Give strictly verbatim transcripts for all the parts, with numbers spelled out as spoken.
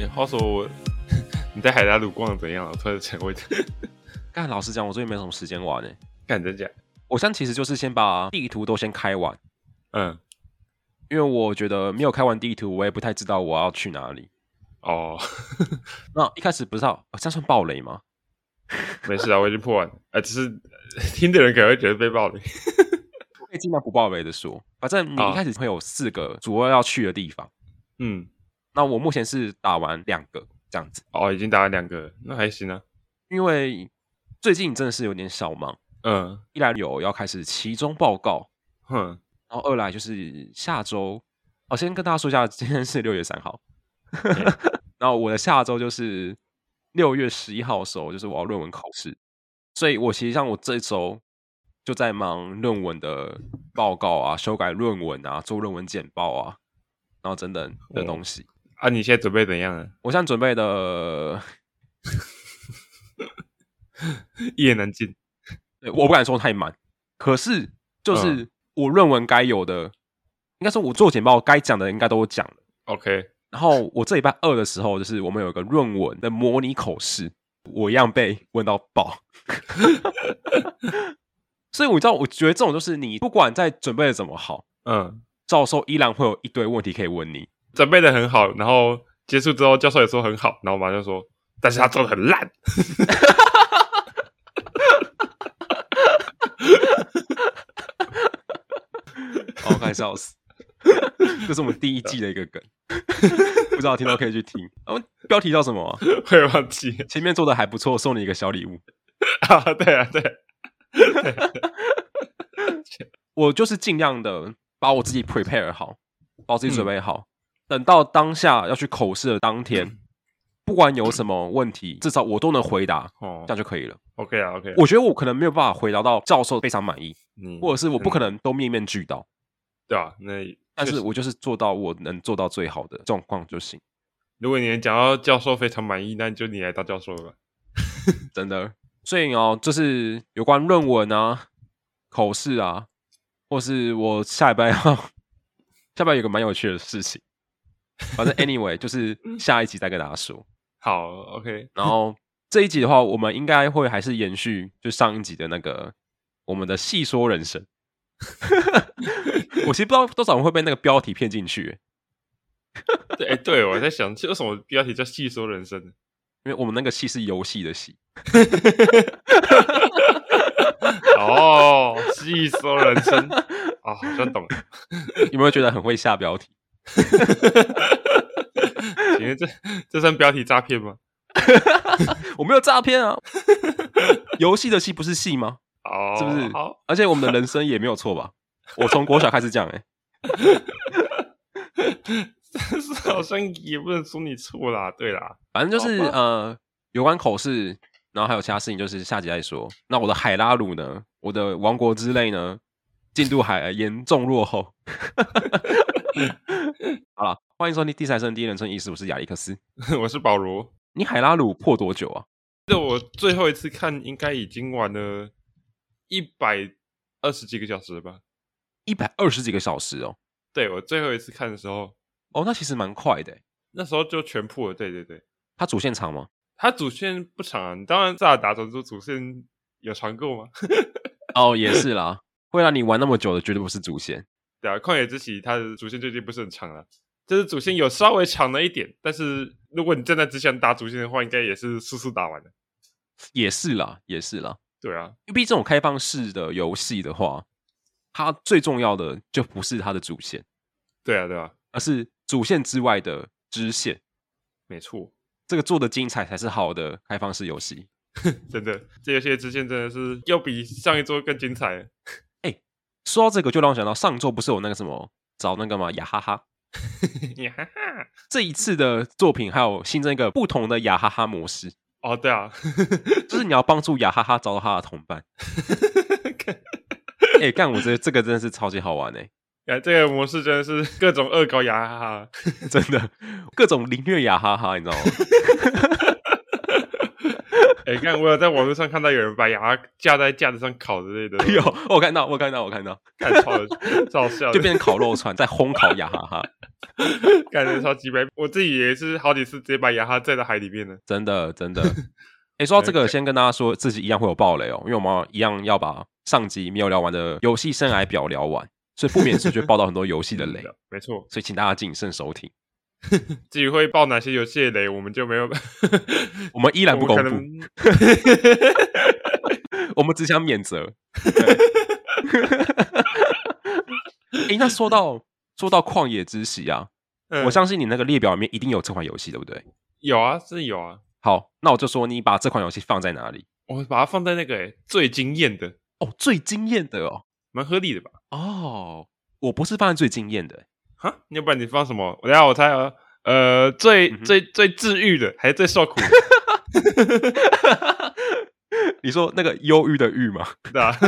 哎、欸，话说我你在海拉鲁逛的怎样了？我突然想问。 干，老实讲，我最近没什么时间玩诶、欸。 干真假？ 我现在其实就是先把地图都先开完， 嗯， 因为我觉得没有开完地图，我也不太知道我要去哪里。 哦， 那一开始不知道，哦、这样算暴雷吗？ 没事啊，我已经破完了。呃，只是听的人可能会觉得被暴雷。 我可以尽量不暴雷的说，反正你一开始会有四个主要要去的地方。 嗯， 那我目前是打完两个这样子。 哦，已经打完两个，那还行啊。 因为最近真的是有点小忙。 嗯， 一来有要开始期中报告， 哼， 然后二来就是下周，我、哦、先跟大家说一下，今天是六月三号，然后我的下周就是六月十一号的时候，就是我要论文考试，所以我其实像我这周就在忙论文的报告啊、修改论文啊、做论文简报啊，然后等等的东西。 哦、啊，你现在准备怎样了？ 我现在准备的一言难尽。 对，我不敢说太满，可是就是我论文该有的，嗯、应该说我做简报该讲的应该都讲了。 OK。 然后我这礼拜二的时候，就是我们有一个论文的模拟口试，我一样被问到爆。所以我知道，我觉得这种就是你不管在准备的怎么好， 嗯， 教授依然会有一堆问题可以问你。 准备的很好，然后结束之后，教授也说很好，然后我马上说，但是他做的很烂。 哦，快笑死！这是我们第一季的一个梗，不知道听到可以去听。我、哦、标题叫什么、啊？ 会忘记。 前面做的还不错，送你一个小礼物。 啊，对啊，对。 我就是尽量的把我自己 prepare 好，把我自己准备好，嗯、等到当下要去口试的当天，嗯、不管有什么问题，至少我都能回答，哦、这样就可以了。 OK 啊 ，OK 啊。 我觉得我可能没有办法回答到教授非常满意， 嗯、 或者是我不可能都面面俱到。 对啊，那但是我就是做到我能做到最好的状况就行。 如果你能讲到教授非常满意，那就你来当教授了吧。 真的。所以哦，就是有关论文啊、口试啊，或是我下礼拜要下礼拜有个蛮有趣的事情。反正 anyway 就是下一集再跟大家说。 好 ，OK。 然后这一集的话，我们应该会还是延续就上一集的那个我们的细说人生。我其实不知道多少人会被那个标题骗进去。 对，欸、对，我在想，为什么标题叫细说人生？ 因为我们那个戏是游戏的戏。 哦，细说人生啊、哦，好像懂了。 有没有觉得很会下标题？ 请问这这算标题诈骗吗？ 我没有诈骗啊。游戏的戏不是戏吗？ 哦， 是不是？ 好， 而且我们的人生也没有错吧？我从国小开始讲，哎， 但是好像也不能说你错啦，对啦， 反正就是呃，有关口试，然后还有其他事情，就是下集再说。那我的海拉鲁呢？我的王国之泪呢？进度还严重落后。好了，欢迎收听第三声第一人称意识，我是亚历克斯， 我是保罗。 你海拉鲁破多久啊？ 这我最后一次看，应该已经玩了一百二十几个小时了吧？ 一百二十几个小时哦。 对，我最后一次看的时候， 哦，那其实蛮快的。 那时候就全破了。对对对， 它主线长吗？ 它主线不长啊。你当然萨尔达传说主线有长够吗？ 哦，也是啦，会让你玩那么久的绝对不是主线。 对啊，旷野之息它的主线就已经不是很长了，就是主线有稍微长了一点，但是如果你站在只想打主线的话，应该也是速速打完的。 也是啦，也是啦。 对啊， 因为毕竟这种开放式的游戏的话，它最重要的就不是它的主线。 对啊，对啊， 而是主线之外的支线。 没错， 这个做的精彩才是好的开放式游戏。 真的，这游戏的支线真的是又比上一周更精彩了。 哎、欸，说到这个，就让我想到上周不是有那个什么找那个嘛雅哈哈。 雅哈哈， 这一次的作品还有新增一个不同的雅哈哈模式。 哦，对啊， 就是你要帮助雅哈哈找到他的同伴。哎、欸，干，我觉得这个真的是超级好玩哎、 欸！这个模式真的是各种恶搞雅哈哈，真的各种凌虐雅哈哈，你知道吗？ 哎、欸，看我有在网络上看到有人把牙架在架子上烤之类的。 有，我看到，我看到，我看到， 看超超笑的， 就变成烤肉串，在烘烤雅哈哈， 感觉超级白。我自己也是好几次直接把雅哈载到海里面了， 真的真的。哎、欸，说到这个，先跟大家说自己一样会有爆雷哦，因为我们一样要把上集没有聊完的游戏生涯表聊完，所以不免是就会爆到很多游戏的雷。 没错， 所以请大家谨慎收听。 至于会爆哪些游戏的雷，我们就没有， 我们依然不公布，我们只想免责。哎、欸，那说到说到旷野之息啊、嗯，我相信你那个列表里面一定有这款游戏，对不对？ 有啊，真的有啊。 好，那我就说你把这款游戏放在哪里？ 我把它放在那个、欸、最惊艳的哦，最惊艳的哦， 蛮合理的吧？ 哦，我不是放在最惊艳的、欸， 哈，要不然你放什么？我等一下我猜啊，呃，最、嗯、最最治愈的，还是最受苦的？ 你说那个忧郁的郁吗？ 对啊。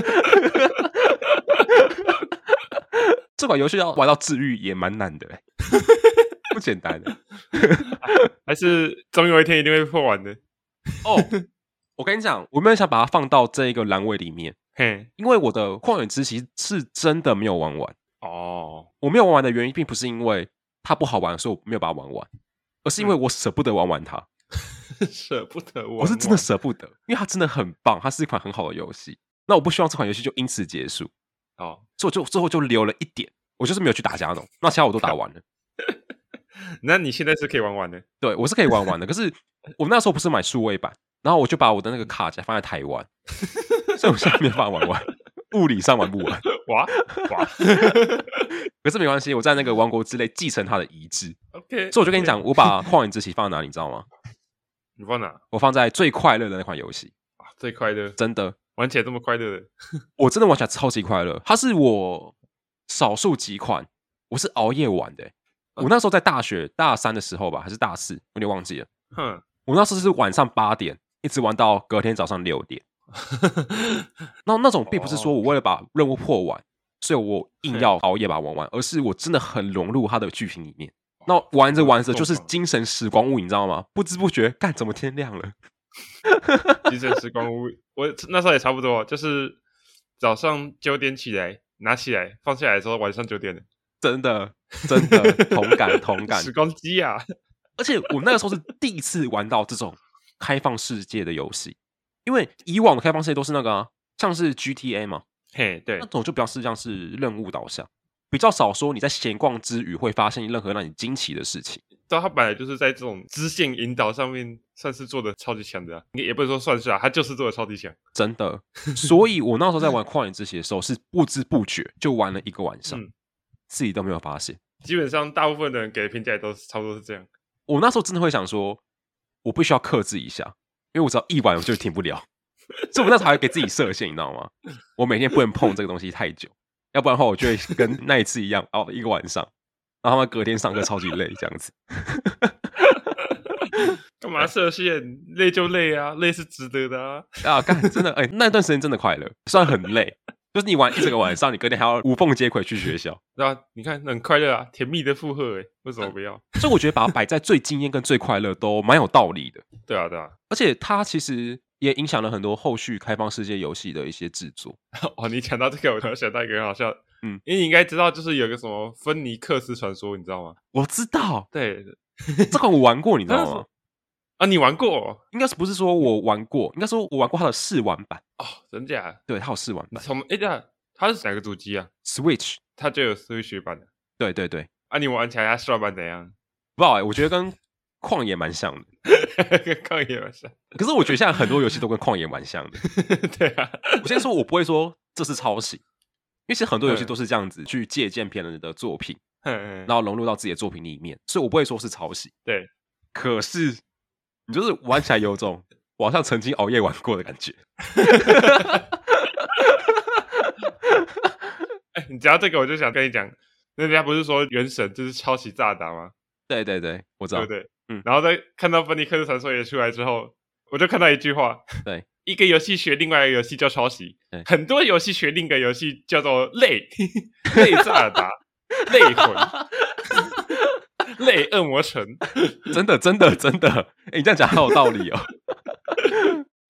这款游戏要玩到治愈也蛮难的、欸，不简单的。 还是总有一天一定会破完的。 哦，我跟你讲，我没有想把它放到这一个栏位里面， 嘿， 因为我的旷野之息是真的没有玩完。 哦， 我没有玩完的原因，并不是因为它不好玩，所以我没有把它玩完，而是因为我舍不得玩完它。 舍不得玩完， 我是真的舍不得，因为它真的很棒，它是一款很好的游戏。那我不希望这款游戏就因此结束， 哦， 所以我就最后就留了一点，我就是没有去打加农，那其他我都打完了。 那你现在是可以玩完的？ 对，我是可以玩完的。可是我那时候不是买数位版，然后我就把我的那个卡夹放在台湾，所以我现在没有办法玩完，物理上玩不完。 哇哇！ 可是没关系，我在那个王国之泪继承它的遗志。 OK， 所以我就跟你讲，我把旷野之息放在哪里，你知道吗？ 你放哪？ 我放在最快乐的那款游戏。 啊，最快乐， 真的玩起来这么快乐的？ 我真的玩起来超级快乐。它是我少数几款我是熬夜玩的、欸。我那时候在大学大三的时候吧，还是大四，有点忘记了。 哼， 我那时候是晚上八点一直玩到隔天早上六点。然后那种并不是说我为了把任务破完，所以我硬要熬夜把它玩完，而是我真的很融入它的剧情里面。那玩着玩着就是精神时光屋，你知道吗？不知不觉，干怎么天亮了？ 精神时光屋，我那时候也差不多，就是早上九点起来，拿起来放下来的时候，晚上九点了。 真的，真的同感同感。 时光机啊！ 而且我那个时候是第一次玩到这种开放世界的游戏，因为以往的开放世界都是那个、啊、像是 G T A 嘛， 嘿，对， 那种就比较是像是任务导向，比较少说你在闲逛之余会发现任何让你惊奇的事情。 对，他本来就是在这种支线引导上面算是做的超级强的、啊，也不是说算是啊，他就是做的超级强， 真的。所以我那时候在玩旷野之息的时候，是不知不觉就玩了一个晚上。嗯，自己都没有发现， 基本上大部分的人给的评价也都是差不多是这样。 我那时候真的会想说，我必须要克制一下，因为我只要一玩我就停不了，所以我那时候还会给自己设限，你知道吗？我每天不能碰这个东西太久，要不然的话我就会跟那一次一样熬一个晚上，然后他们隔天上课超级累这样子。 干嘛设限？累就累啊，累是值得的啊！ 啊，干真的哎、欸，那段时间真的快乐，虽然很累。就是你玩一整个晚上，你隔天还要无缝接轨去学校， 对吧、啊？你看很快乐啊，甜蜜的负荷哎，为什么不要？ 所以我觉得把它摆在最惊艳跟最快乐都蛮有道理的。 对啊，对啊， 而且它其实也影响了很多后续开放世界游戏的一些制作。 哦，你讲到这个，我突然想到一个很好笑，嗯，因为你应该知道，就是有个什么芬尼克斯传说，你知道吗？ 我知道， 对， 这款我玩过，你知道吗？ 啊，你玩过、哦？ 应该是不是说我玩过？应该说我玩过它的试玩版哦，真假？ 对，它有试玩版。 从哎呀。它是哪个主机啊 ？Switch， 它就有 Switch 版的。 对对对。 啊，你玩起来它试玩版怎样？ 不知道哎、欸，我觉得跟旷野蛮像的， 跟旷野蛮像。 可是我觉得现在很多游戏都跟旷野蛮像的。 对啊， 我先说，我不会说这是抄袭，因为其实很多游戏都是这样子去借鉴别人的作品，然后融入到自己的作品里面，所以我不会说是抄袭。 对， 可是你就是玩起来有种我好像曾经熬夜玩过的感觉。 哎、欸，你讲到这个，我就想跟你讲，那人家不是说原神就是抄袭炸达吗？ 对对对，我知道， 对不对？ 嗯， 然后在看到芬尼克斯传说也出来之后，我就看到一句话， 对， 一个游戏学另外一个游戏叫抄袭，很多游戏学另一个游戏叫做类类炸达、类魂、类恶魔城， 真的真的真的，哎、欸，你这样讲好有道理哦。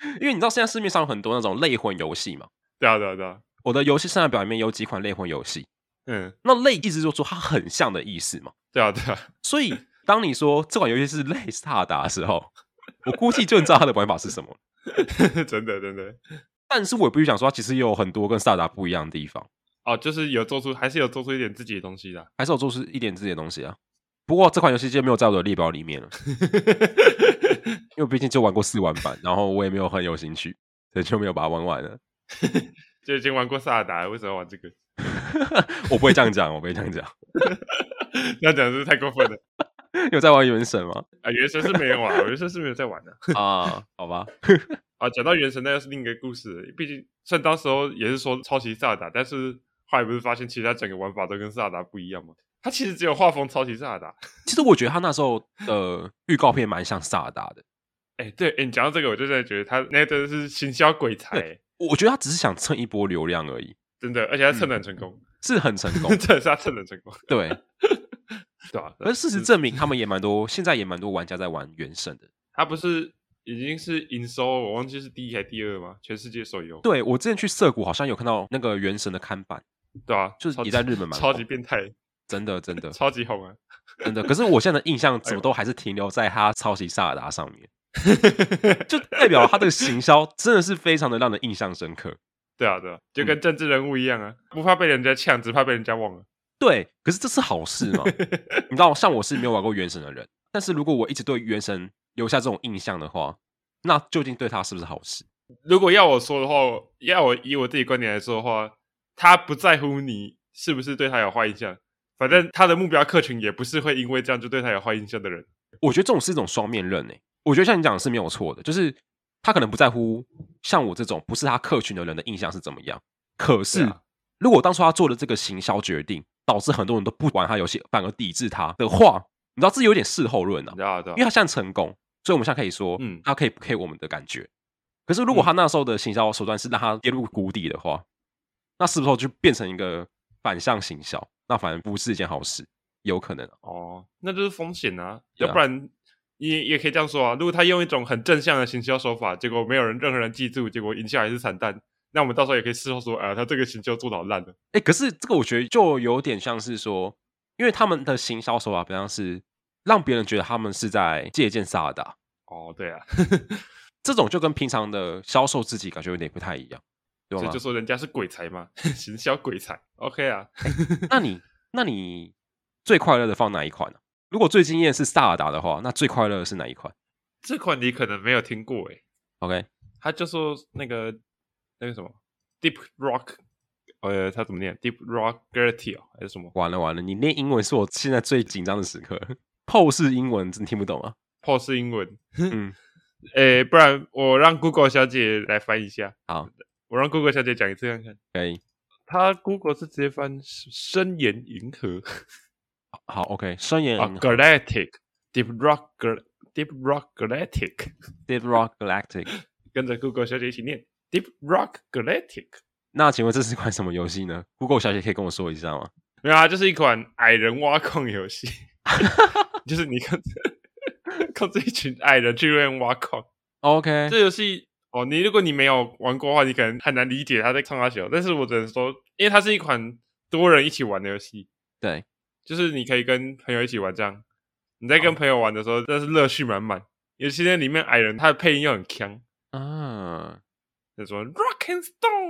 因为你知道现在市面上有很多那种类魂游戏嘛。 对啊，对啊，对啊。 我的游戏生涯表里面有几款类魂游戏， 嗯， 那类意思就是说它很像的意思嘛。 对啊，对啊。 所以当你说这款游戏是类萨尔达的时候，我估计就知道它的玩法是什么。 真的，真的。 但是我也必须讲说，它其实也有很多跟萨尔达不一样的地方。 哦，就是有做出，还是有做出一点自己的东西的， 还是有做出一点自己的东西啊。不过这款游戏就没有在我的列表里面了，因为毕竟就玩过试玩版，然后我也没有很有兴趣，所以就没有把它玩完了。 就已经玩过萨尔达了，为什么要玩这个？ 我不会这样讲，我不会这样讲。 这样讲是太过分了。 有在玩原神吗？ 啊，原神是没有啊，原神是没有在玩的啊。好吧。 啊，讲到原神，那又是另一个故事了。毕竟虽然当时候也是说抄袭萨尔达，但是后来不是发现其实它整个玩法都跟萨尔达不一样吗？它其实只有画风抄袭萨尔达。 其实我觉得他那时候的预告片蛮像萨尔达的。 哎、欸，对，欸、你讲到这个，我就在觉得他那真的是行销鬼才、欸。 我觉得他只是想蹭一波流量而已， 真的，而且他蹭得很成功， 嗯、是很成功， 真的是他蹭得很成功。 对， 对啊。 而事实证明，他们也蛮多，现在也蛮多玩家在玩原神的。 他不是已经是营收，我忘记是第一还是第二吗？全世界手游。 对，我之前去涩谷好像有看到那个原神的看板。 对啊， 就是也在日本蛮超级变态， 真的真的超级红啊， 真的。可是我现在的印象怎么都还是停留在他抄袭萨尔达上面，就代表他的行销真的是非常的让人印象深刻。 对啊，对啊，就跟政治人物一样啊，嗯、不怕被人家呛，只怕被人家忘了。 对，可是这是好事嘛？你知道，像我是没有玩过原神的人，但是如果我一直对原神留下这种印象的话，那究竟对他是不是好事？ 如果要我说的话，要我以我自己观点来说的话，他不在乎你是不是对他有坏印象，反正他的目标客群也不是会因为这样就对他有坏印象的人。 我觉得这种是一种双面刃诶、欸。我觉得像你讲的是没有错的，就是他可能不在乎像我这种不是他客群的人的印象是怎么样。可是、啊、如果当初他做的这个行销决定，导致很多人都不玩他游戏，反而抵制他的话，你知道这有点事后论啊。 对啊对啊， 因为他现在成功，所以我们现在可以说，嗯，他可以不可以我们的感觉。可是如果他那时候的行销手段是让他跌入谷底的话，那是不是就变成一个反向行销？那反而不是一件好事，有可能、啊、 哦，那就是风险啊。要不然也也可以这样说啊，如果他用一种很正向的行销手法，结果没有人任何人记住，结果赢下来是惨淡，那我们到时候也可以事后说，啊，他这个行销做得好烂的。 哎、欸，可是这个我觉得就有点像是说，因为他们的行销手法比较是让别人觉得他们是在借鉴萨尔达。 哦，对啊。 这种就跟平常的销售自己感觉有点不太一样，对吗？ 所以就说人家是鬼才嘛，行销鬼才 ，OK 啊。 欸、那你那你最快乐的放哪一款呢、啊？如果最惊艳是萨尔达的话，那最快乐的是哪一款？ 这款你可能没有听过诶。 OK， 他就说那个那个什么 Deep Rock， 呃，他怎么念 ？Deep Rock Guarantee 还是什么？ 完了完了，你念英文是我现在最紧张的时刻。P 是英文，真听不懂啊。 P 是英文， 嗯。 诶，不然我让 Google 小姐来翻一下。 好， 我让 Google 小姐讲一次看看。 可以。 她 Google 是直接翻深岩银河。 好 ，OK， 深岩银河。 啊 Galactic Deep Rock Deep Rock Galactic Deep Rock Galactic， 跟着 Google 小姐一起念 Deep Rock Galactic。 那请问这是款什么游戏呢 ？Google 小姐可以跟我说一下吗？ 没有啊，就是一款矮人挖矿游戏。就是你看。靠这一群矮人去那边挖矿 ，OK， 这游戏哦，你如果你没有玩过的话，你可能很难理解他在唱啥小。但是我只能说，因为它是一款多人一起玩的游戏， 对， 就是你可以跟朋友一起玩这样。你在跟朋友玩的时候，真的是乐趣满满。尤其是里面矮人，他的配音又很强啊， 那什么 Rock and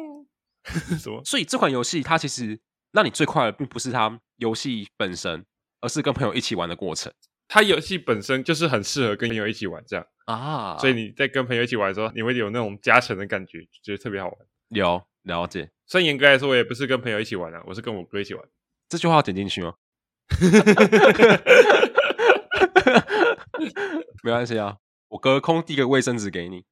Stone 什么？ 所以这款游戏它其实让你最快的，并不是它游戏本身，而是跟朋友一起玩的过程。 它游戏本身就是很适合跟朋友一起玩这样啊， 所以你在跟朋友一起玩的时候，你会有那种加成的感觉，觉得特别好玩。 有了解。 虽然严格来说，我也不是跟朋友一起玩啊，我是跟我哥一起玩。 这句话要剪进去吗？没关系啊，我哥空递个卫生纸给你，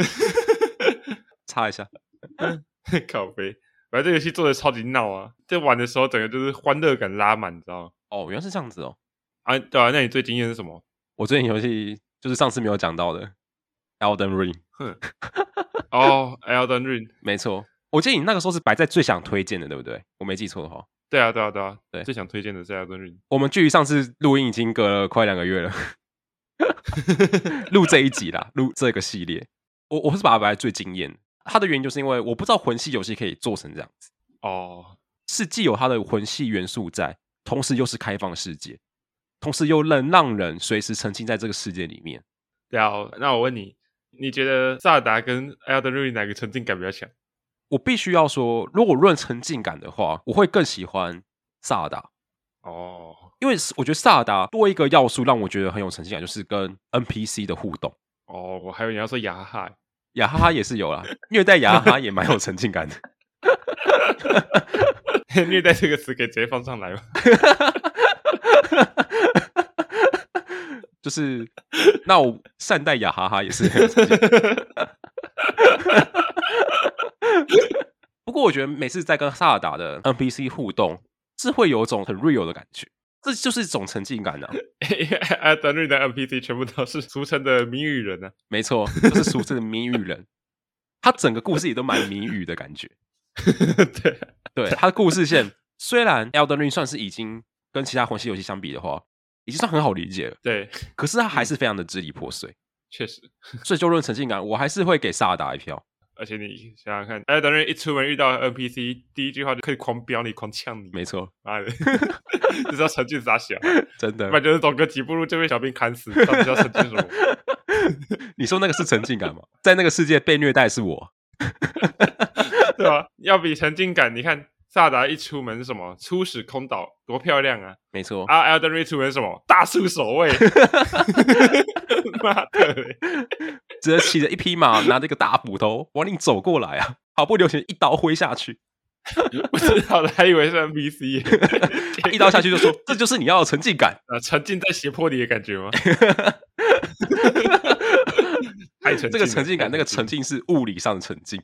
擦一下。 靠北，反正这个游戏做的超级闹啊，在玩的时候整个就是欢乐感拉满，你知道吗？ 哦，原来是这样子哦。 啊，对啊，那你最惊艳是什么？ 我最近游戏就是上次没有讲到的 Elden Ring。 哦 Elden Ring， 没错。我记得你那个时候是摆在最想推荐的，对不对？我没记错的话。 对啊，对啊，对啊， 对， 最想推荐的是 Elden Ring。 我们距离上次录音已经隔了快两个月了，录这一集啦，录这个系列。 我我是把它摆在最惊艳。它的原因就是因为我不知道魂系游戏可以做成这样子哦， 是既有它的魂系元素在，同时又是开放世界，同时又能让人随时沉浸在这个世界里面。 对啊，那我问你，你觉得萨尔达跟 Elden Ring 哪个沉浸感比较强？ 我必须要说，如果论沉浸感的话，我会更喜欢萨尔达。 哦， 因为我觉得萨尔达多一个要素让我觉得很有沉浸感，就是跟 N P C 的互动。 哦，我还以为你要说雅哈哈， 雅哈哈也是有啦，虐待雅哈哈也蛮有沉浸感的。 虐待这个词可以直接放上来吗？ 就是那我善待雅哈哈也是很有沉浸感。不过我觉得每次在跟萨尔达的 N P C 互动，是会有一种很 real 的感觉。这就是一种沉浸感啊！ Elden Ring 的 N P C 全部都是俗称的谜语人啊， 没错，就是俗称的谜语人。他整个故事也都蛮谜语的感觉。 对对，他的故事线虽然 Elden Ring 算是已经跟其他魂系游戏相比的话，已经算很好理解了。 对， 可是他还是非常的支离破碎。 确实。 所以就论沉浸感，我还是会给萨尔达一票。 而且你想想看 Elden Ring 一出门遇到 N P C， 第一句话就可以狂飙你、狂呛你。 没错， 妈的，就知道沉浸傻小， 真的。 不然就是走个几步路就被小兵砍死，到底要沉浸什么？ 你说那个是沉浸感吗？在那个世界被虐待是我， 对吧？要比沉浸感，你看萨达一出门是什么？初始空岛多漂亮啊！ 没错啊 ，Elden Ring 出门是什么？大树守卫，妈的嘞！ 直接骑着一匹马，拿着一个大斧头往你走过来啊，毫不留情一刀挥下去。 不知道的还以为是 N P C， 一刀下去就说这就是你要的沉浸感啊，沉浸在斜坡里的感觉吗？太沉浸了， 这个沉浸感，那个沉浸是物理上的沉浸。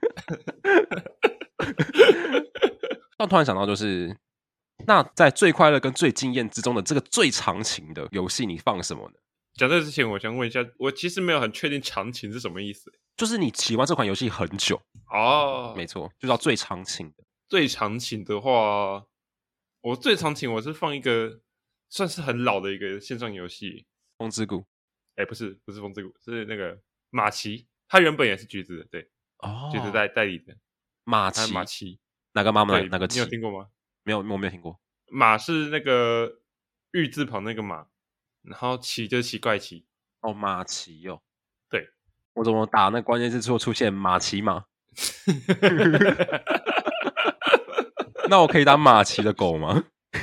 但突然想到，就是那在最快乐跟最惊艳之中的这个最长情的游戏，你放什么呢？ 讲这之前，我想问一下，我其实没有很确定长情是什么意思。 就是你喜欢这款游戏很久哦， 没错，就叫最长情的。 最长情的话，我最长情我是放一个算是很老的一个线上游戏， 风之谷。 哎，不是，不是风之谷，是那个马奇，它原本也是橘子的，对， 哦， 橘子代代理的马奇， 马奇， 哪个妈妈哪个奇？ 你有听过吗？ 没有，我没有听过。 马是那个玉字旁那个马，然后奇就是奇怪奇。 哦，马奇哦， 对， 我怎么打那关键字之后出现马奇马？那我可以当马奇的狗吗？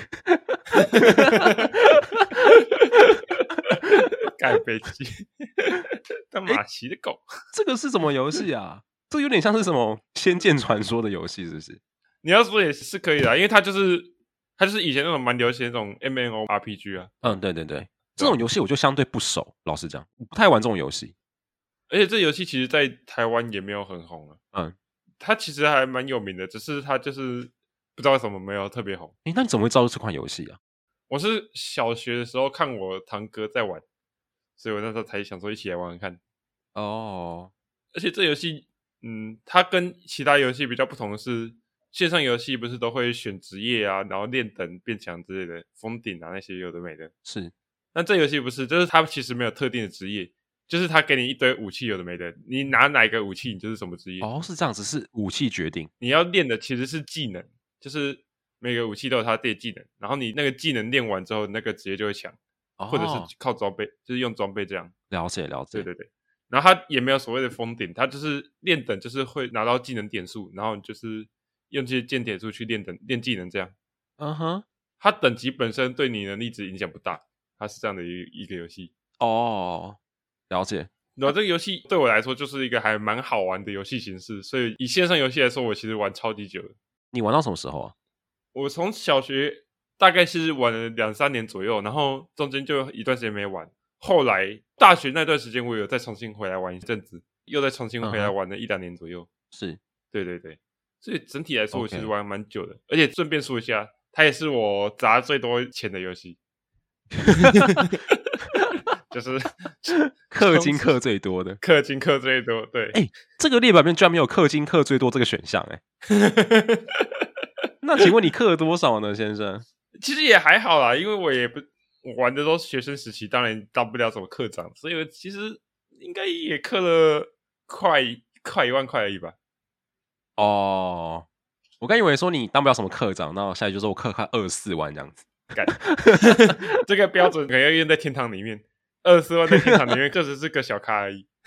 盖飞机，当马奇的狗、欸， 这个是什么游戏啊？这有点像是什么《仙剑传说》的游戏，是不是？ 你要说也是可以的，因为它就是它就是以前那种蛮流行的那种 M M O R P G 啊。 嗯，对对对，这种游戏我就相对不熟，老实讲，我不太玩这种游戏。 而且这游戏其实在台湾也没有很红啊。 嗯， 它其实还蛮有名的，只是它就是不知道为什么没有特别红。 诶，那你怎么会知道这款游戏啊？ 我是小学的时候看我堂哥在玩，所以我那时候才想说一起来玩玩看。 哦， 而且这游戏，嗯，它跟其他游戏比较不同的是，线上游戏不是都会选职业啊，然后练等变强之类的，封顶啊那些有的没的。 是， 但这游戏不是，就是它其实没有特定的职业，就是它给你一堆武器有的没的，你拿哪个武器你就是什么职业。 哦，是这样子，是武器决定。 你要练的其实是技能，就是每个武器都有它的技能，然后你那个技能练完之后，那个职业就会强， 哦， 或者是靠装备，就是用装备这样。 了解了解， 对对对。然后它也没有所谓的封顶，它就是练等，就是会拿到技能点数，然后你就是用这些剑点数去练等练技能这样。 嗯哼， 它等级本身对你能力值影响不大，它是这样的一一个游戏。 哦，了解。 然后这个游戏对我来说就是一个还蛮好玩的游戏形式，所以以线上游戏来说，我其实玩超级久的。 你玩到什么时候啊？ 我从小学大概是玩了两三年左右，然后中间就一段时间没玩。后来大学那段时间，我有再重新回来玩一阵子，又再重新回来玩了一两年左右。 是， 对对对，所以整体来说，我其实 OK 玩蛮久的。而且顺便说一下，它也是我砸最多钱的游戏。就是氪金氪最多的， 氪金氪最多。对， 哎、欸，这个列表里面居然没有氪金氪最多这个选项，哎。那请问你氪了多少呢，先生？ 其实也还好啦，因为我也不我玩的都是学生时期，当然当不了什么课长，所以我其实应该也氪了快快一万块而已吧。 哦，我刚以为说你当不了什么课长，然后下来就说我课快二十四万这样子。 干，这个标准可能要用在天堂里面，二十四万在天堂里面就只是个小咖而已。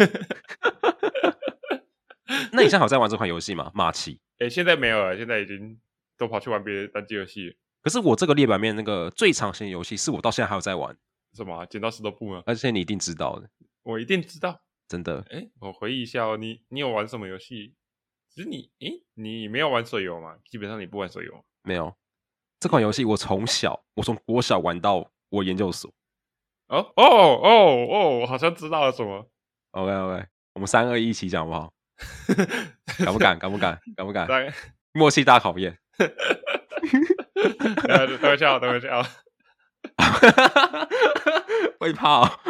那你现在还有在玩这款游戏吗？马奇？ 哎、欸，现在没有了，现在已经都跑去玩别的单机游戏了。 可是我这个列表面那个最长型游戏是我到现在还有在玩。 什么、啊？剪刀石头布吗？ 而且你一定知道的。 我一定知道， 真的。 哎、欸，我回忆一下哦，你你有玩什么游戏？只是你，哎、欸，你没有玩水游吗？基本上你不玩水游。 没有。这款游戏我从小，我从国小玩到我研究所。 哦哦哦哦，我好像知道了什么。 OK OK， 我们三二一一起讲好不好？敢不敢？敢不敢？敢不敢？默契大考验。 等我笑，等我笑。 会怕哦。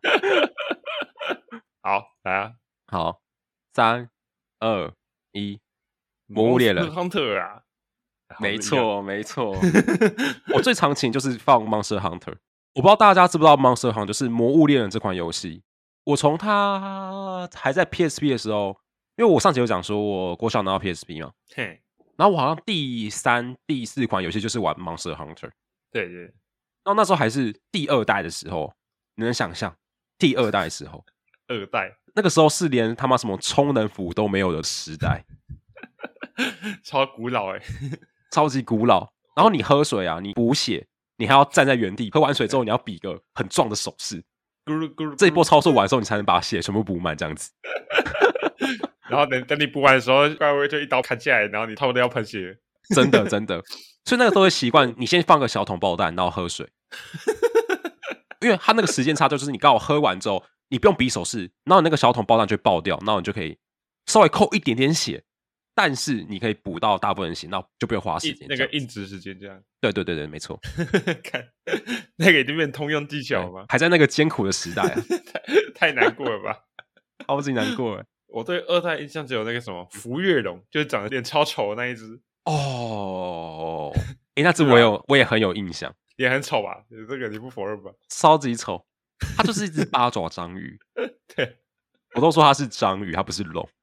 好，来啊！ 好，三二一，魔物猎人 Hunter 啊！ 没错，没错。我最常请就是放 Monster Hunter。我不知道大家知不知道 Monster Hunter 就是魔物猎人这款游戏。我从它还在 P S P 的时候，因为我上集有讲说我国小拿到 P S P 嘛， 嘿， 然后我好像第三、第四款游戏就是玩 Monster Hunter。 对对。 然后那时候还是第二代的时候，你能想象第二代的时候， 二代那个时候是连他妈什么充能符都没有的时代， 超古老哎、欸， 超级古老。然后你喝水啊，你补血，你还要站在原地，喝完水之后你要比个很壮的手势， 咕噜咕噜， 这一波操作完之后，你才能把血全部补满这样子。 然后等等你补完的时候，怪物就一刀砍下来，然后你差不多要喷血。 真的真的，所以那个都会习惯，你先放个小桶爆弹，然后喝水，因为它那个时间差就是你刚好喝完之后，你不用比手势，然后你那个小桶爆弹就会爆掉，然后你就可以稍微扣一点点血，但是你可以补到大部分血，那就不用花时间。 那个硬直时间这样。 对对对对，没错。 看那个已经变通用技巧了吗？ 还在那个艰苦的时代啊， 太难过了吧？ 超级难过了。 我对二代印象只有那个什么福月龙，就是长得脸超丑的那一只。 哦，哎、欸，那只我有，我也很有印象， 也很丑吧？这个你不否认吧？ 超级丑，它就是一只八爪章鱼。 对， 我都说它是章鱼，它不是龙。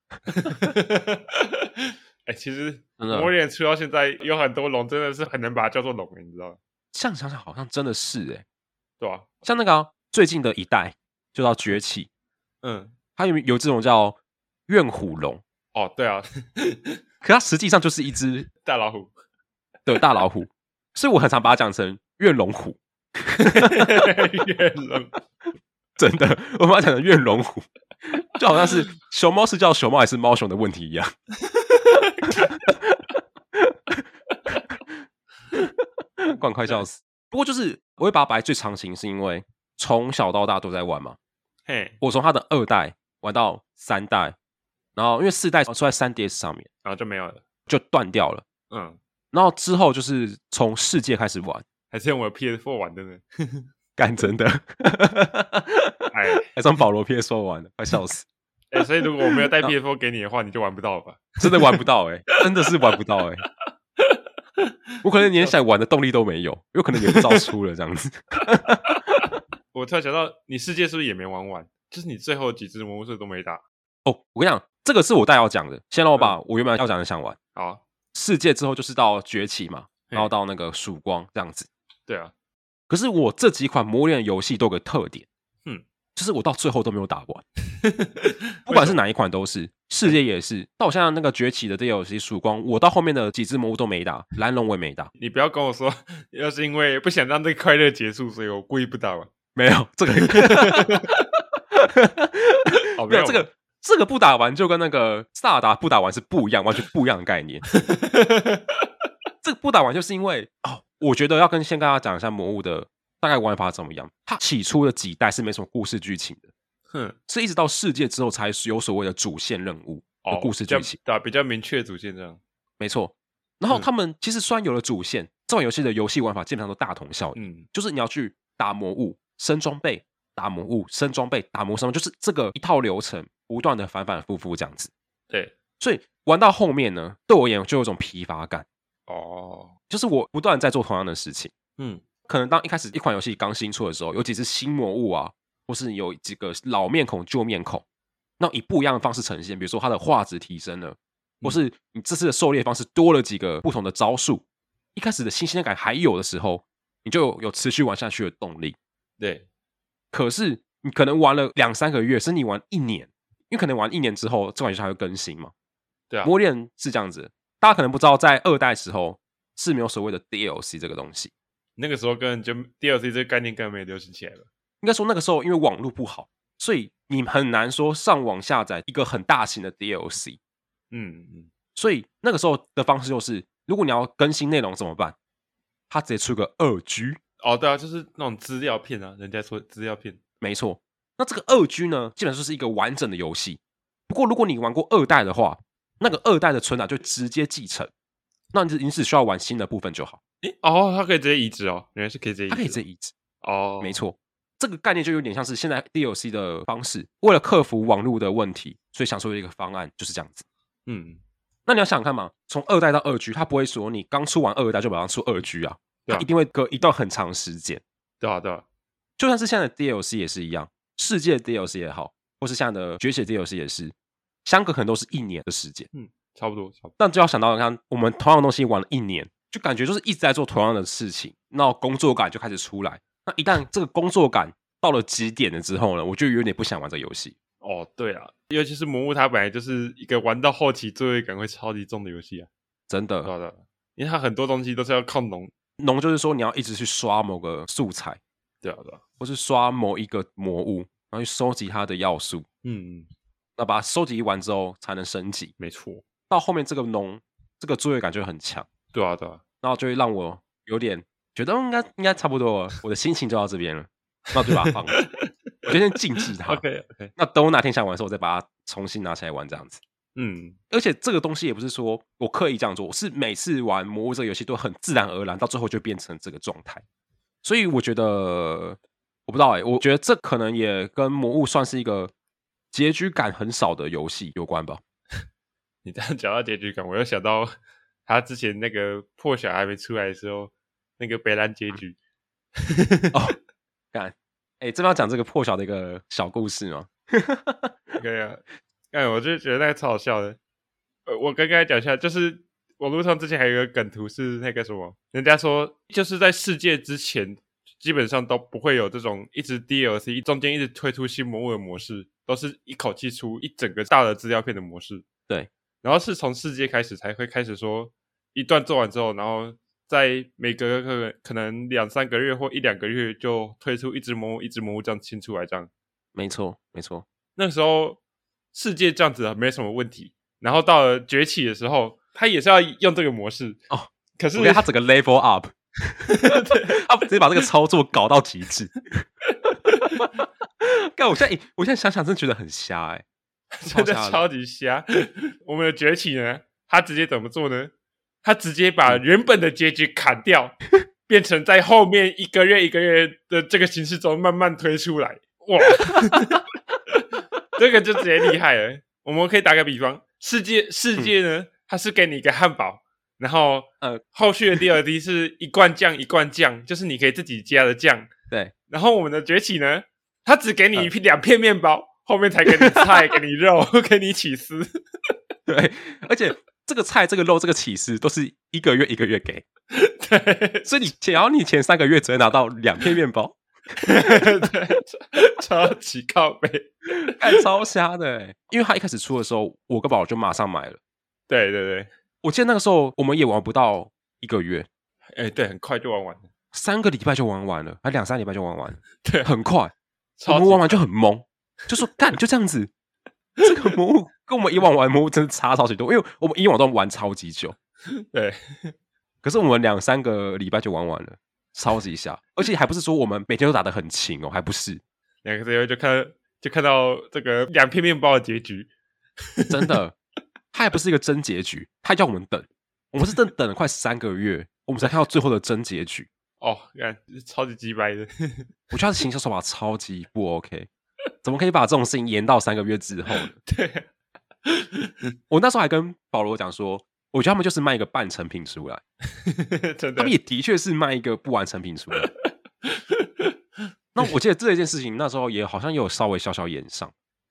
哎、欸，其实魔猎人出到现在，有很多龙真的是很难把它叫做龙，你知道吗？ 这样想想，好像真的是哎、欸， 对啊， 像那个、啊、最近的一代就叫崛起， 嗯， 它有有这种叫怨虎龙。 哦，对啊。 可它实际上就是一只大老虎， 对大老虎，所以我很常把它讲成怨龙虎。 怨龙， 真的，我把它讲成怨龙虎，就好像是熊猫是叫熊猫还是猫熊的问题一样。管快笑死！不过就是我会把它摆最长情，是因为从小到大都在玩嘛。 嘿， 我从它的二代玩到三代。然后因为四代出在 三 D S 上面， 然后就没有了， 就断掉了。 嗯， 然后之后就是从世界开始玩， 还是用我的 P S 四 玩的呢？ 干真的， 哎， 还从保罗 P S 四 玩的，快笑死！ 哎、欸，所以如果我没有带 P S 四 给你的话，你就玩不到了吧？ 真的玩不到哎、欸，真的是玩不到哎、欸。我可能连想玩的动力都没有，有可能也不照出了这样子。 我突然想到，你世界是不是也没玩完？就是你最后几只魔物兽都没打。 哦，我跟你讲，这个是我待要讲的。先让我把我原本要讲的讲完。 好、啊， 世界之后就是到崛起嘛，然后到那个曙光这样子。 对啊。 可是我这几款魔猎人游戏都有个特点，嗯，就是我到最后都没有打完。不管是哪一款都是，世界也是。到我现在那个崛起的 D L C 曙光，我到后面的几只魔物都没打，蓝龙我也没打。 你不要跟我说，要是因为不想让这个快乐结束，所以我故意不打完。 没有这个。 哦， 没有这个。这个不打完就跟那个萨达不打完是不一样，完全不一样的概念。这个不打完就是因为哦，我觉得要跟先跟大家讲一下魔物的大概玩法怎么样。它起初的几代是没什么故事剧情的，哼，是一直到世界之后才有所谓的主线任务的故事剧情， 对、哦，比较明确主线这样。 没错。然后他们其实虽然有了主线，这款游戏的游戏玩法基本上都大同小异，嗯，就是你要去打魔物、升装备。打魔物、升装备、打魔生，就是这个一套流程，不断的反反复复这样子。 对， 所以玩到后面呢，对我而言就有种疲乏感。 哦， 就是我不断在做同样的事情。 嗯， 可能当一开始一款游戏刚新出的时候，有几只新魔物啊，或是有几个老面孔、旧面孔， 那以不一样的方式呈现，比如说它的画质提升了，或是你这次的狩猎方式多了几个不同的招数，一开始的新鲜感还有的时候，你就 有, 有持续玩下去的动力。 对， 可是你可能玩了两三个月，甚至你玩一年，因为可能玩一年之后，这款游戏还会更新嘛。 对啊， 魔猎是这样子，大家可能不知道，在二代时候是没有所谓的 D L C 这个东西。 那个时候根本就 D L C 这个概念根本没流行起来了。 应该说那个时候因为网络不好，所以你很难说上网下载一个很大型的 D L C。 嗯嗯， 所以那个时候的方式就是，如果你要更新内容怎么办？他直接出个二 G。 哦，对啊，就是那种资料片啊，人家说资料片。 没错，那这个二 G 呢，基本上是一个完整的游戏。不过如果你玩过二代的话，那个二代的存档就直接继承，那你只需要玩新的部分就好。 诶，哦，它可以直接移植哦，原来是可以直接移植， 它可以直接移植。 哦， 没错，这个概念就有点像是现在 D L C 的方式，为了克服网络的问题，所以想出了一个方案，就是这样子。 嗯， 那你要想想看嘛，从二代到二 G， 它不会说你刚出完二代就马上出二 G 啊，它一定会隔一段很长时间。 对啊，对啊， 就算是现在的 D L C 也是一样，世界的 D L C 也好，或是现在的崛起的 D L C 也是，相隔可能都是一年的时间。 嗯，差不多，差不多。 但就要想到，看我们同样的东西玩了一年，就感觉就是一直在做同样的事情，那工作感就开始出来。那一旦这个工作感到了极点了之后呢，我就有点不想玩这个游戏。 哦，对啊，尤其是魔物，它本来就是一个玩到后期罪恶感会超级重的游戏啊， 真的。 对的，因为它很多东西都是要靠农， 农就是说你要一直去刷某个素材， 对啊，对啊， 或是刷某一个魔物，然后去收集它的要素， 嗯嗯， 那把它收集完之后才能升级。 没错， 到后面这个农这个罪恶感就很强， 对啊，对啊， 然后就会让我有点觉得应该应该差不多了，我的心情就到这边了，那我就把它放了。我就先静置它。 OK OK。 那等我哪天想玩的时候，我再把它重新拿起来玩，这样子。 嗯， 而且这个东西也不是说我刻意这样做，我是每次玩魔物这个游戏都很自然而然，到最后就变成这个状态。所以我觉得，我不知道哎、欸，我觉得这可能也跟魔物算是一个结局感很少的游戏有关吧。 你这样讲到结局感，我又想到他之前那个破晓还没出来的时候，那个北兰结局。 哦，干。哎、欸，这边要讲这个破晓的一个小故事吗？ 可以啊，哎，我就觉得那个超好笑的。呃，我刚刚讲一下，就是网络上之前还有一个梗图是那个什么，人家说就是在世界之前，基本上都不会有这种一直 D L C 中间一直推出新魔物的模式，都是一口气出一整个大的资料片的模式。 对， 然后是从世界开始才会开始说，一段做完之后，然后在每隔可可能两三个月或一两个月就推出一只魔物一只魔物这样清出来，这样。 没错，没错。 那时候世界这样子没什么问题，然后到了崛起的时候，他也是要用这个模式哦。 可是他整个 level up， 他直接把这个操作搞到极致。但我现在我现在想想，真的觉得很瞎哎、欸， 真的超级瞎。我们的崛起呢，他直接怎么做呢？他直接把原本的结局砍掉，变成在后面一个月一个月的这个形式中慢慢推出来。哇，这个就直接厉害了。我们可以打个比方，世界世界呢，嗯、它是给你一个汉堡，然后呃，后续的 D L C 是一罐酱一罐酱，就是你可以自己加的酱。 对， 然后我们的崛起呢，它只给你一片两片面包，后面才给你菜，给你肉，给你起司。 对，而且这个菜、这个肉、这个起司都是一个月一个月给。 对， 所以你只要你前三个月只会拿到两片面包。 对，超级靠北， 干超瞎的、欸。因为他一开始出的时候，我跟宝宝就马上买了。 对对对， 我记得那个时候我们也玩不到一个月， 哎、欸，对，很快就玩完了， 三个礼拜就玩完了，还两三礼拜就玩完了， 对， 很快。我们玩完就很懵，就说干就这样子。这个魔物跟我们以往玩魔物真的差超级多，因为我们以往都玩超级久， 对。 可是我们两三个礼拜就玩完了。超级瞎，而且还不是说我们每天都打得很勤哦，还不是两个月就看就看到这个两片面包的结局， 真的，它还不是一个真结局，它叫我们等，我们是等等了快三个月，我们才看到最后的真结局。 哦，看超级鸡掰的， 我觉得他的行销手法超级不 OK， 怎么可以把这种事情延到三个月之后呢？ 对， 我那时候还跟保罗讲说。我觉得他们就是卖一个半成品出来， 真的， 他们也的确是卖一个不完成品出来。那我记得这一件事情那时候也好像也有稍微小小演上，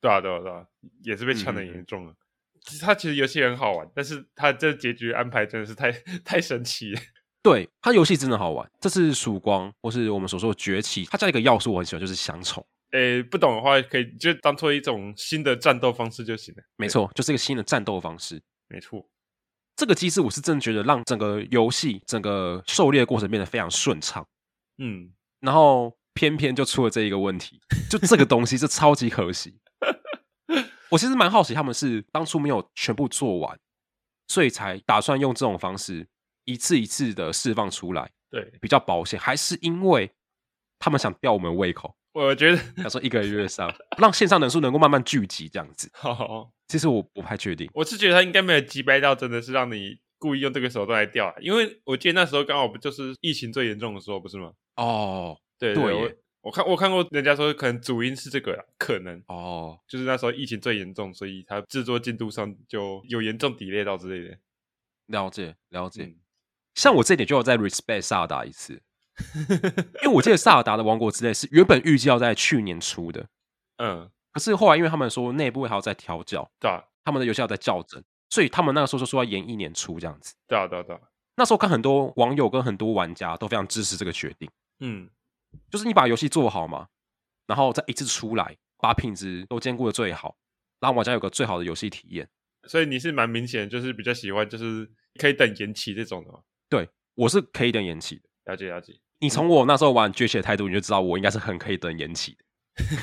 对啊，对啊，对啊，也是被呛得很严重了。其实它其实游戏很好玩，但是它这结局安排真的是太太神奇了。 对，它游戏真的好玩。这次曙光或是我们所说的崛起，它加一个要素我很喜欢，就是降宠。 诶，不懂的话可以就当做一种新的战斗方式就行了。 没错，就是一个新的战斗方式。 没错， 这个机制我是真的觉得让整个游戏、整个狩猎过程变得非常顺畅。 嗯， 然后偏偏就出了这一个问题，就这个东西是超级可惜。我其实蛮好奇，他们是当初没有全部做完，所以才打算用这种方式一次一次的释放出来， 对， 比较保险，还是因为他们想吊我们胃口？ 我觉得想说一个月上，让线上人数能够慢慢聚集这样子。 好， 其实我不太确定， 我是觉得他应该没有击败到真的是让你故意用这个手段来钓，因为我记得那时候刚好不就是疫情最严重的时候，不是吗？ 哦， 对对，我我看我看过人家说，可能主因是这个啦，可能哦， 就是那时候疫情最严重，所以他制作进度上就有严重 delay 到之类的。 了解了解。 嗯、 像我这点就要再 respect 萨尔达一次，因为我记得萨尔达的王国之泪是原本预计要在去年出的， 嗯， 可是后来因为他们说内部还要再调教， 对啊， 他们的游戏要再校正，所以他们那个时候就说要延一年出这样子。 对啊，对啊，对啊。 那时候看很多网友跟很多玩家都非常支持这个决定， 嗯， 就是你把游戏做好嘛，然后再一次出来，把品质都兼顾的最好，让玩家有个最好的游戏体验。 所以你是蛮明显，就是比较喜欢就是可以等延期这种的吗？ 对，我是可以等延期的。 了解了解。 你从我那时候玩崛起的态度，你就知道我应该是很可以等延期的。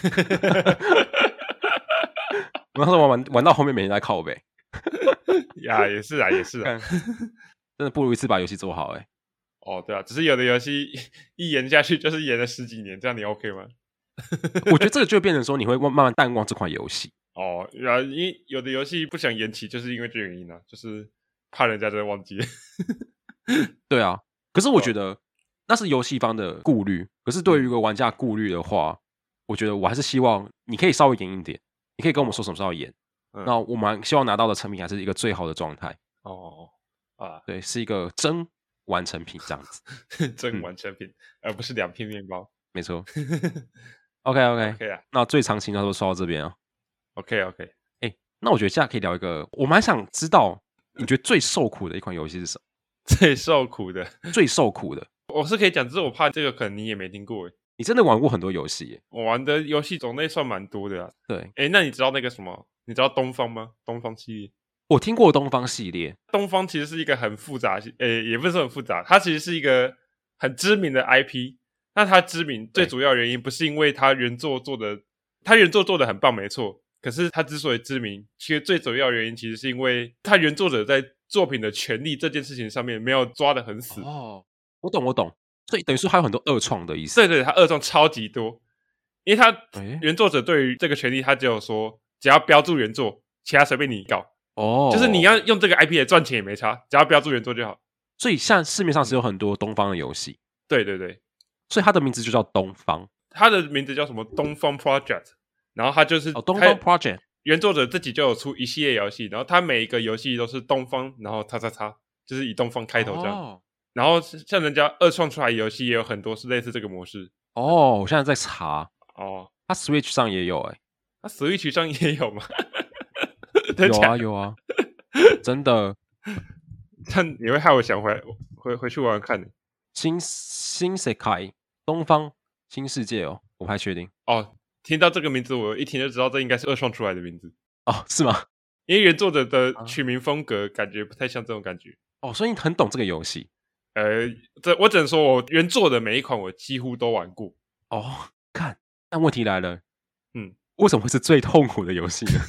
我那时候玩玩玩到后面，每天在靠北。 呀，也是啊，也是啊， 真的不如一次把游戏做好哎、欸。 哦，对啊，只是有的游戏一延下去就是延了十几年，这样你 OK 吗？ 我觉得这个就会变成说，你会慢慢淡忘这款游戏。 哦，然后因为有的游戏不想延期，就是因为这个原因啊，就是怕人家真的忘记了。 对啊，可是我觉得那是游戏方的顾虑。可是对于一个玩家顾虑的话，我觉得我还是希望你可以稍微延一点，你可以跟我们说什么时候延。嗯、那我们希望拿到的成品还是一个最好的状态。 哦啊， 对，是一个真完成品这样子， 真完成品，嗯、而不是两片面包。 没错。OK OK OK 啊， 那最长情的都说到这边啊。 OK OK， 哎、欸，那我觉得现在可以聊一个，我蛮想知道你觉得最受苦的一款游戏是什么？ 最受苦的， 最受苦的， 我是可以讲，只是我怕这个可能你也没听过诶。 你真的玩过很多游戏耶？ 我玩的游戏种类算蛮多的啊。 对， 哎、欸，那你知道那个什么？你知道东方吗？东方系列， 我听过东方系列。 东方其实是一个很复杂，诶、欸，也不是很复杂，它其实是一个很知名的 I P。那它知名最主要原因不是因为它原作做的，它原作做的很棒，没错。可是它之所以知名，其实最主要原因其实是因为它原作者在作品的权利这件事情上面没有抓得很死。 哦，我懂，我懂。所以等于说还有很多二创的意思。 对对，他二创超级多，因为他原作者对于这个权利，他只有说只要标注原作，其他随便你搞。哦，就是你要用这个 I P 来赚钱也没差，只要标注原作就好。 所以像市面上是有很多东方的游戏。 对对对， 所以它的名字就叫东方。 它的名字叫什么？东方 Project。然后它就是哦，东方 Project。 原作者自己就有出一系列游戏，然后他每一个游戏都是东方，然后叉叉叉，就是以东方开头这样。哦，然后像人家二创出来的游戏也有很多是类似这个模式。 哦，我现在在查。 哦， 它 Switch 上也有哎、欸。 它 Switch 上也有吗？ 有啊有啊，真的。 但你会害我想回回回去玩玩看。 新新世界，东方新世界哦，我不太确定。 哦，听到这个名字，我一听就知道这应该是二创出来的名字。 哦，是吗？ 因为原作者的取名风格感觉不太像这种感觉。 哦，所以你很懂这个游戏。 呃，这我只能说我原作的每一款我几乎都玩过。 哦，看，但问题来了， 嗯， 为什么会是最痛苦的游戏呢？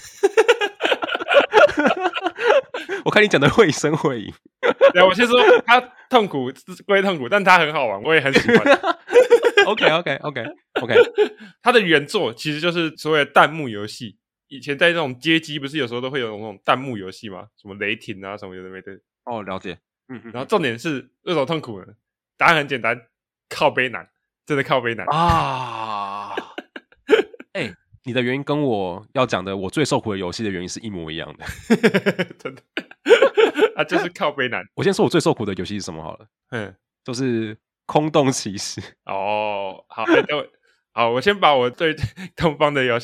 我看你讲的绘声绘影。 对，我先说它痛苦归痛苦，但它很好玩，我也很喜欢。 OK OK OK OK， 它的原作其实就是所谓的弹幕游戏。以前在那种街机不是有时候都会有那种弹幕游戏吗？什么雷霆啊，什么有的没的。 哦，了解。 嗯嗯。然后重点是为什么痛苦呢？答案很简单，靠背难，真的靠背难啊！哎、欸，你的原因跟我要讲的我最受苦的游戏的原因是一模一样的， 真的。啊，就是靠背难。 我先说我最受苦的游戏是什么好了，嗯，就是空洞骑士。 哦，好，欸、等我好，我先把我对东方的游戏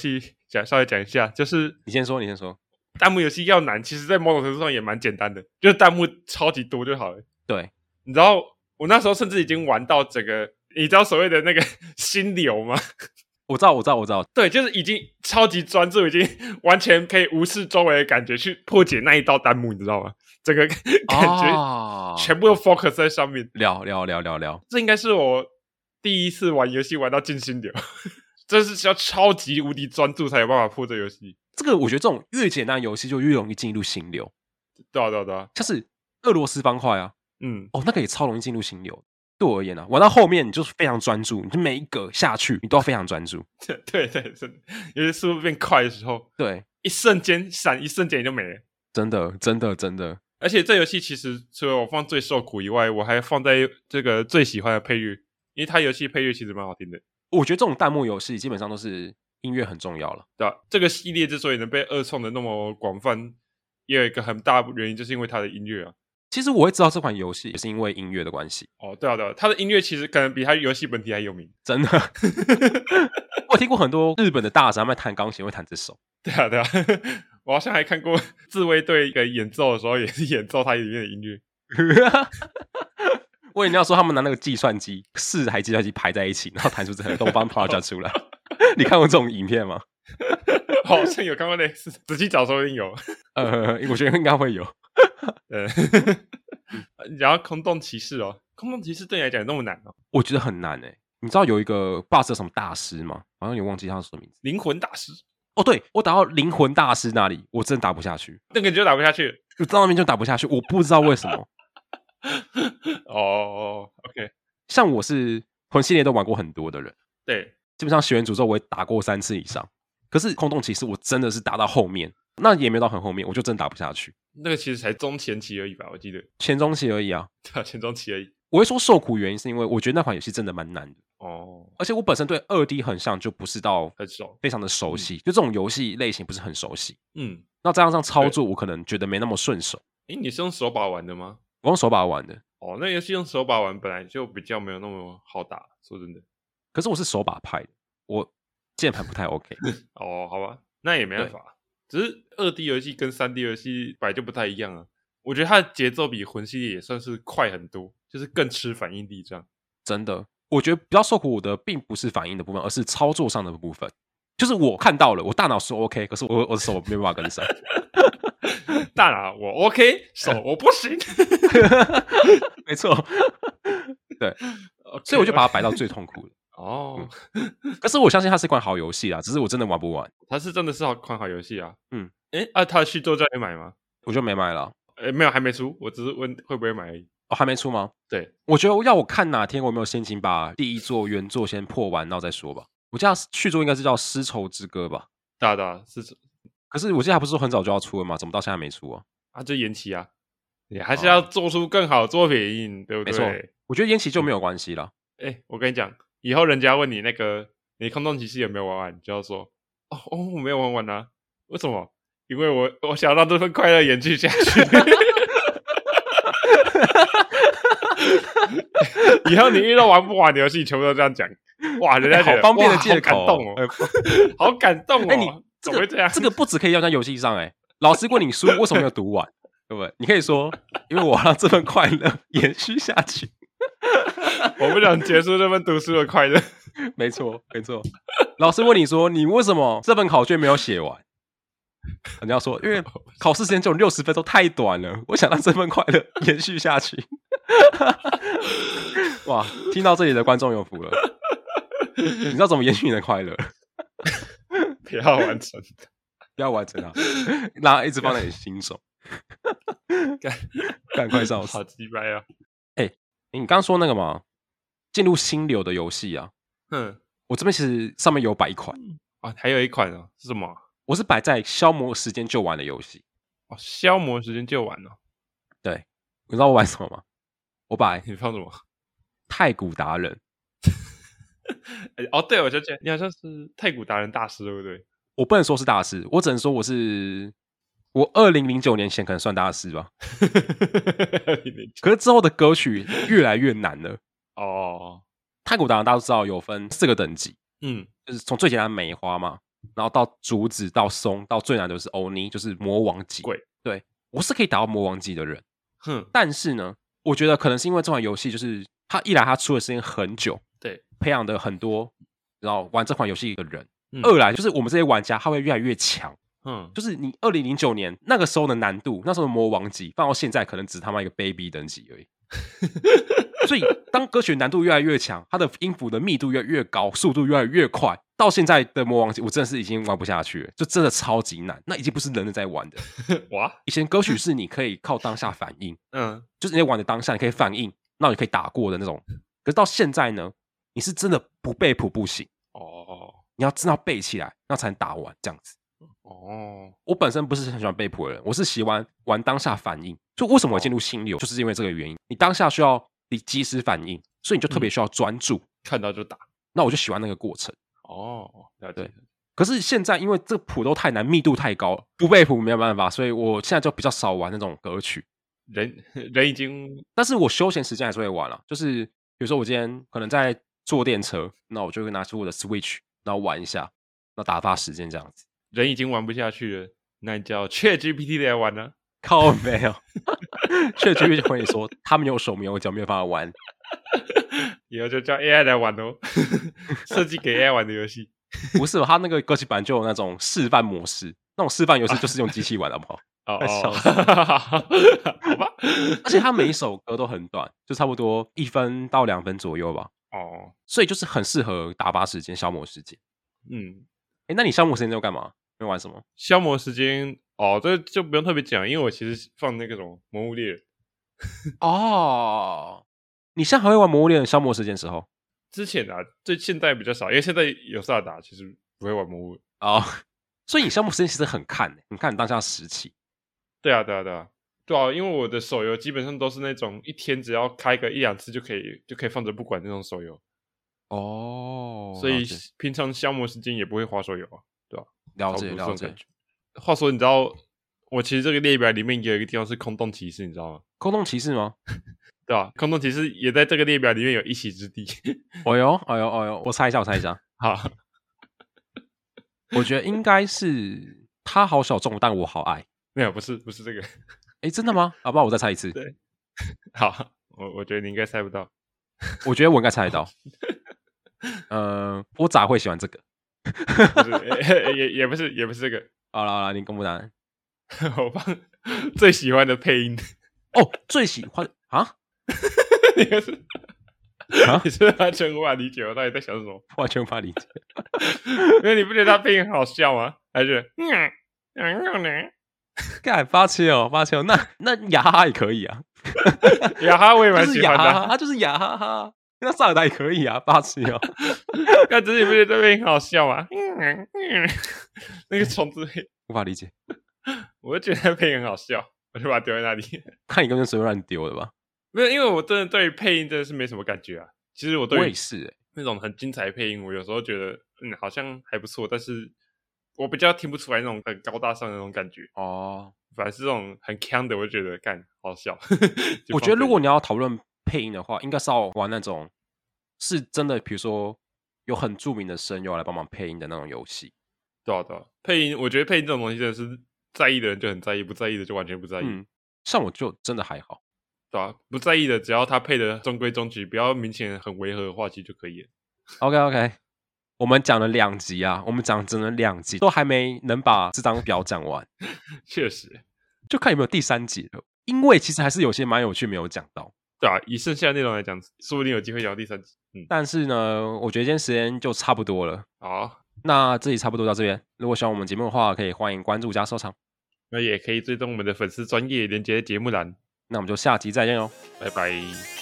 讲稍微讲一下，就是你先说，你先说。 弹幕游戏要难，其实在某种程度上也蛮简单的，就是弹幕超级多就好了。 对， 你知道我那时候甚至已经玩到整个，你知道所谓的那个心流吗？ 我知道，我知道，我知道。 对，就是已经超级专注，已经完全可以无视周围的感觉去破解那一道弹幕，你知道吗？整个感觉全部都 focus 在上面。 聊聊聊聊聊， 这应该是我第一次玩游戏玩到进心流，这是需要超级无敌专注才有办法破这游戏。 这个我觉得这种越简单的游戏就越容易进入心流。 对啊对啊对啊， 像是俄罗斯方块啊， 嗯， 哦，那个也超容易进入心流。对我而言啊，玩到后面你就是非常专注，你就每一个下去你都要非常专注。 对对对，真的，尤其速度变快的时候， 对， 一瞬间闪，一瞬间就没了。 真的，真的，真的。 而且这游戏其实除了我放最受苦以外，我还放在这个最喜欢的配乐，因为它游戏配乐其实蛮好听的。 我觉得这种弹幕游戏基本上都是音乐很重要了， 对吧？这个系列之所以能被二创的那么广泛，也有一个很大的原因，就是因为它的音乐啊。 其实我会知道这款游戏也是因为音乐的关系。 哦，对啊，对啊，它的音乐其实可能比它游戏本体还有名， 真的。我听过很多日本的大神，他们弹钢琴会弹这首。 对啊，对啊。我好像还看过自卫队给演奏的时候，也是演奏它里面的音乐。 我以为你要说他们拿那个计算机四台计算机排在一起，然后弹出这个东方 project 出来。你看过这种影片吗？ 好像有看过类似，仔细找说不定有。 呃，我觉得应该会有。 呃，然后空洞骑士哦，空洞骑士对你来讲那么难哦？ 我觉得很难诶、欸。你知道有一个 boss 什么大师吗？好像有忘记他是什么名字。 灵魂大师。 哦，对，我打到灵魂大师那里，我真打不下去。 那个你就打不下去， 就到那边就打不下去，我不知道为什么。 哦 ，OK， 像我是魂系列都玩过很多的人， 对， 基本上血缘诅咒我也打过三次以上。可是空洞骑士我真的是打到后面，那也没有到很后面，我就真的打不下去。 那个其实才中前期而已吧，我记得前中期而已啊。 对啊，前中期而已。 我会说受苦原因是因为我觉得那款游戏真的蛮难的哦， 而且我本身对二 D 横向就不是到很熟， 非常的熟悉，嗯、就这种游戏类型不是很熟悉。 嗯， 那再加上操作，我可能觉得没那么顺手。 诶，你是用手把玩的吗？ 我用手把玩的。 哦，那游戏用手把玩本来就比较没有那么好打，说真的。 可是我是手把派的，我键盘不太 OK。 哦，好吧，那也没办法。只是二 D 游戏跟三 D 游戏本来就不太一样啊。我觉得它的节奏比魂系列也算是快很多，就是更吃反应力这样。 真的，我觉得比较受苦的并不是反应的部分，而是操作上的部分。就是我看到了，我大脑说 OK， 可是我我的手没办法跟上。 大脑我 OK， 手我不行。 没错，对， okay, 所以我就把它摆到最痛苦的。 哦、 嗯，可是我相信它是一款好游戏啦，只是我真的玩不完。 它是真的是好款好游戏啊。 嗯， 哎，啊，它的续作在买吗？ 我就没买了。 哎，没有，还没出。我只是问会不会买而已。 哦，还没出吗？ 对， 我觉得要我看哪天我有没有心情把第一作原作先破完，然后再说吧。我记得续作应该是叫《丝绸之歌》吧？ 对啊，对啊，是。 可是我记得还不是说很早就要出了吗？怎么到现在没出啊？ 啊，就延期啊！你还是要做出更好的作品，对不对？ 没错，我觉得延期就没有关系了。 哎、欸，我跟你讲，以后人家问你那个你空洞骑士有没有玩完，你就要说哦哦，我没有玩完啊。为什么？因为我我想让这份快乐延续下去。以后你遇到玩不完的游戏，全部都这样讲。哇，人家觉得、 欸、好方便的借口， 好感动哦，好感动哦。 哎、欸，你怎么会这样？ 这个不只可以用在游戏上、欸，哎，老师问你书为什么没有读完，对不对？你可以说，因为我要让这份快乐延续下去。 我不想结束这份读书的快乐。 没错，没错。老师问你说，你为什么这份考卷没有写完？你要说，因为考试时间只有六十分钟，太短了。我想让这份快乐延续下去。哇，听到这里的观众有福了。你知道怎么延续你的快乐？ 不要完成， 不要完成啊！让它一直放在你心中。赶快笑死！ 好鸡掰啊！ 哎、欸，你刚刚说那个嘛，进入心流的游戏啊。 嗯，我这边其实上面有摆一款啊，还有一款哦，是什么？ 我是摆在消磨时间就玩的游戏。 哦，消磨时间就玩哦。 对，你知道我玩什么吗？我摆你放什么？ 太鼓达人。 欸、哦，对，我就记得你好像是太鼓达人大师，对不对？ 我不能说是大师，我只能说我是我二零零九年前可能算大师吧。可是之后的歌曲越来越难了。 哦， 太鼓达人大家都知道有分四个等级， 嗯， 就是从最简单的梅花嘛， 然后到竹子到松到最难的是欧尼，就是魔王级。对，我是可以打到魔王级的人。 哼， 但是呢，我觉得可能是因为这款游戏就是它一来它出的时间很久， 对， 培养的很多然后玩这款游戏的人。嗯、二来就是我们这些玩家他会越来越强。嗯，就是你二零零九年那个时候的难度，那时候的魔王级放到现在可能只他妈一个 baby 等级而已。所以当歌曲难度越来越强，它的音符的密度越来越高，速度越来越快，到现在的魔王级我真的是已经玩不下去了，就真的超级难，那已经不是人人在玩的。 哇， 以前歌曲是你可以靠当下反应，嗯，就是你在玩的当下你可以反应，那你可以打过的那种。可是到现在呢，你是真的不背谱不行哦，你要真的背起来，那才能打完这样子。哦，我本身不是很喜欢背谱的人，我是喜欢玩当下反应。就为什么我进入心流，就是因为这个原因。你当下需要你及时反应，所以你就特别需要专注，嗯、 看到就打。 那我就喜欢那个过程。 哦，了解。 对。可是现在因为这个谱都太难，密度太高，不背谱没有办法，所以我现在就比较少玩那种歌曲。 人人已经， 但是我休闲时间还是会玩了。就是比如说我今天可能在坐电车，那我就会拿出我的 Switch， 然后玩一下，然后打发时间这样子。 人已经玩不下去了，那你叫 ChatGPT 来玩呢、啊？ 靠没有，ChatGPT 会说他没有手没有脚，没有办法玩。 以后就叫 A I 来玩哦，设计给 A I 玩的游戏。 不是，他那个歌曲版就有那种示范模式，那种示范游戏就是用机器玩的，好不好？ 哦哦，好吧。 而且他每一首歌都很短，就差不多一分到两分左右吧。哦，所以就是很适合打发时间、消磨时间。嗯，哎，那你消磨时间在干嘛？在玩什么？ 消磨时间哦，这就不用特别讲，因为我其实放那个什么《魔物猎人》。 哦，你现在还会玩《魔物猎人》消磨时间的时候？ 之前啊，对，现在比较少，因为现在有萨达，其实不会玩魔物哦。所以你消磨时间其实很看、欸，很看你当下时期。 对啊，对啊，对啊，对啊，因为我的手游基本上都是那种一天只要开个一两次就可以就可以放着不管那种手游。哦，所以平常消磨时间也不会滑手游啊，对吧、啊？ 了解了解。 话说，你知道我其实这个列表里面有一个地方是空洞骑士，你知道吗？ 空洞骑士吗？ 对吧、啊？空洞骑士也在这个列表里面有一席之地。 哎呦哎呦哎呦，我猜一下，我猜一下。 好， 我觉得应该是他好小众，但我好爱。 没有，不是不是这个。 哎，真的吗？好不好？我再猜一次。 对，好，我我觉得你应该猜不到。 我觉得我应该猜得到。呃，我咋会喜欢这个？ 不是，也也不是，也不是这个。 好了好了，你公布答案。 我放最喜欢的配音。 哦，最喜欢啊？ 你是啊？你是完全无法理解我到底在想什么？ 完全无法理解。 因为你不觉得他配音好笑吗？还是嗯嗯嗯？ 干八七哦，八七哦，那那雅哈哈也可以啊。 雅哈我也蛮喜欢的， 他就是雅哈哈。那萨尔达也可以啊，八七哦。 但只是你不觉得这配音好笑吗？那个虫子配无法理解。 我就觉得配音很好笑，我就把它丢在那里。 看你根本随便乱丢的吧？ 没有，因为我真的对配音真的是没什么感觉啊。其实我对我也是、欸、 那种很精彩的配音，我有时候觉得嗯好像还不错，但是我比较听不出来那种很高大上的那种感觉哦。反而是这种很强的，我就觉得干好笑。 我觉得如果你要讨论配音的话，应该是要玩那种是真的，比如说有很著名的声优来帮忙配音的那种游戏。 对啊对啊，配音我觉得配音这种东西真的是在意的人就很在意，不在意的就完全不在意。 嗯，像我就真的还好。 对啊，不在意的只要他配的中规中矩，不要明显很违和的话，其实就可以了。 OK OK， 我们讲了两集啊，我们讲整了两集，都还没能把这张表讲完。 确实， 就看有没有第三集了，因为其实还是有些蛮有趣没有讲到。 对啊，以剩下的内容来讲，说不定有机会讲到第三集。嗯， 但是呢，我觉得今天时间就差不多了。 好， 那这集差不多到这边。如果喜欢我们节目的话，可以欢迎关注加收藏。 那也可以追踪我们的粉丝专页连结节目栏。 那我们就下集再见哦， 拜拜。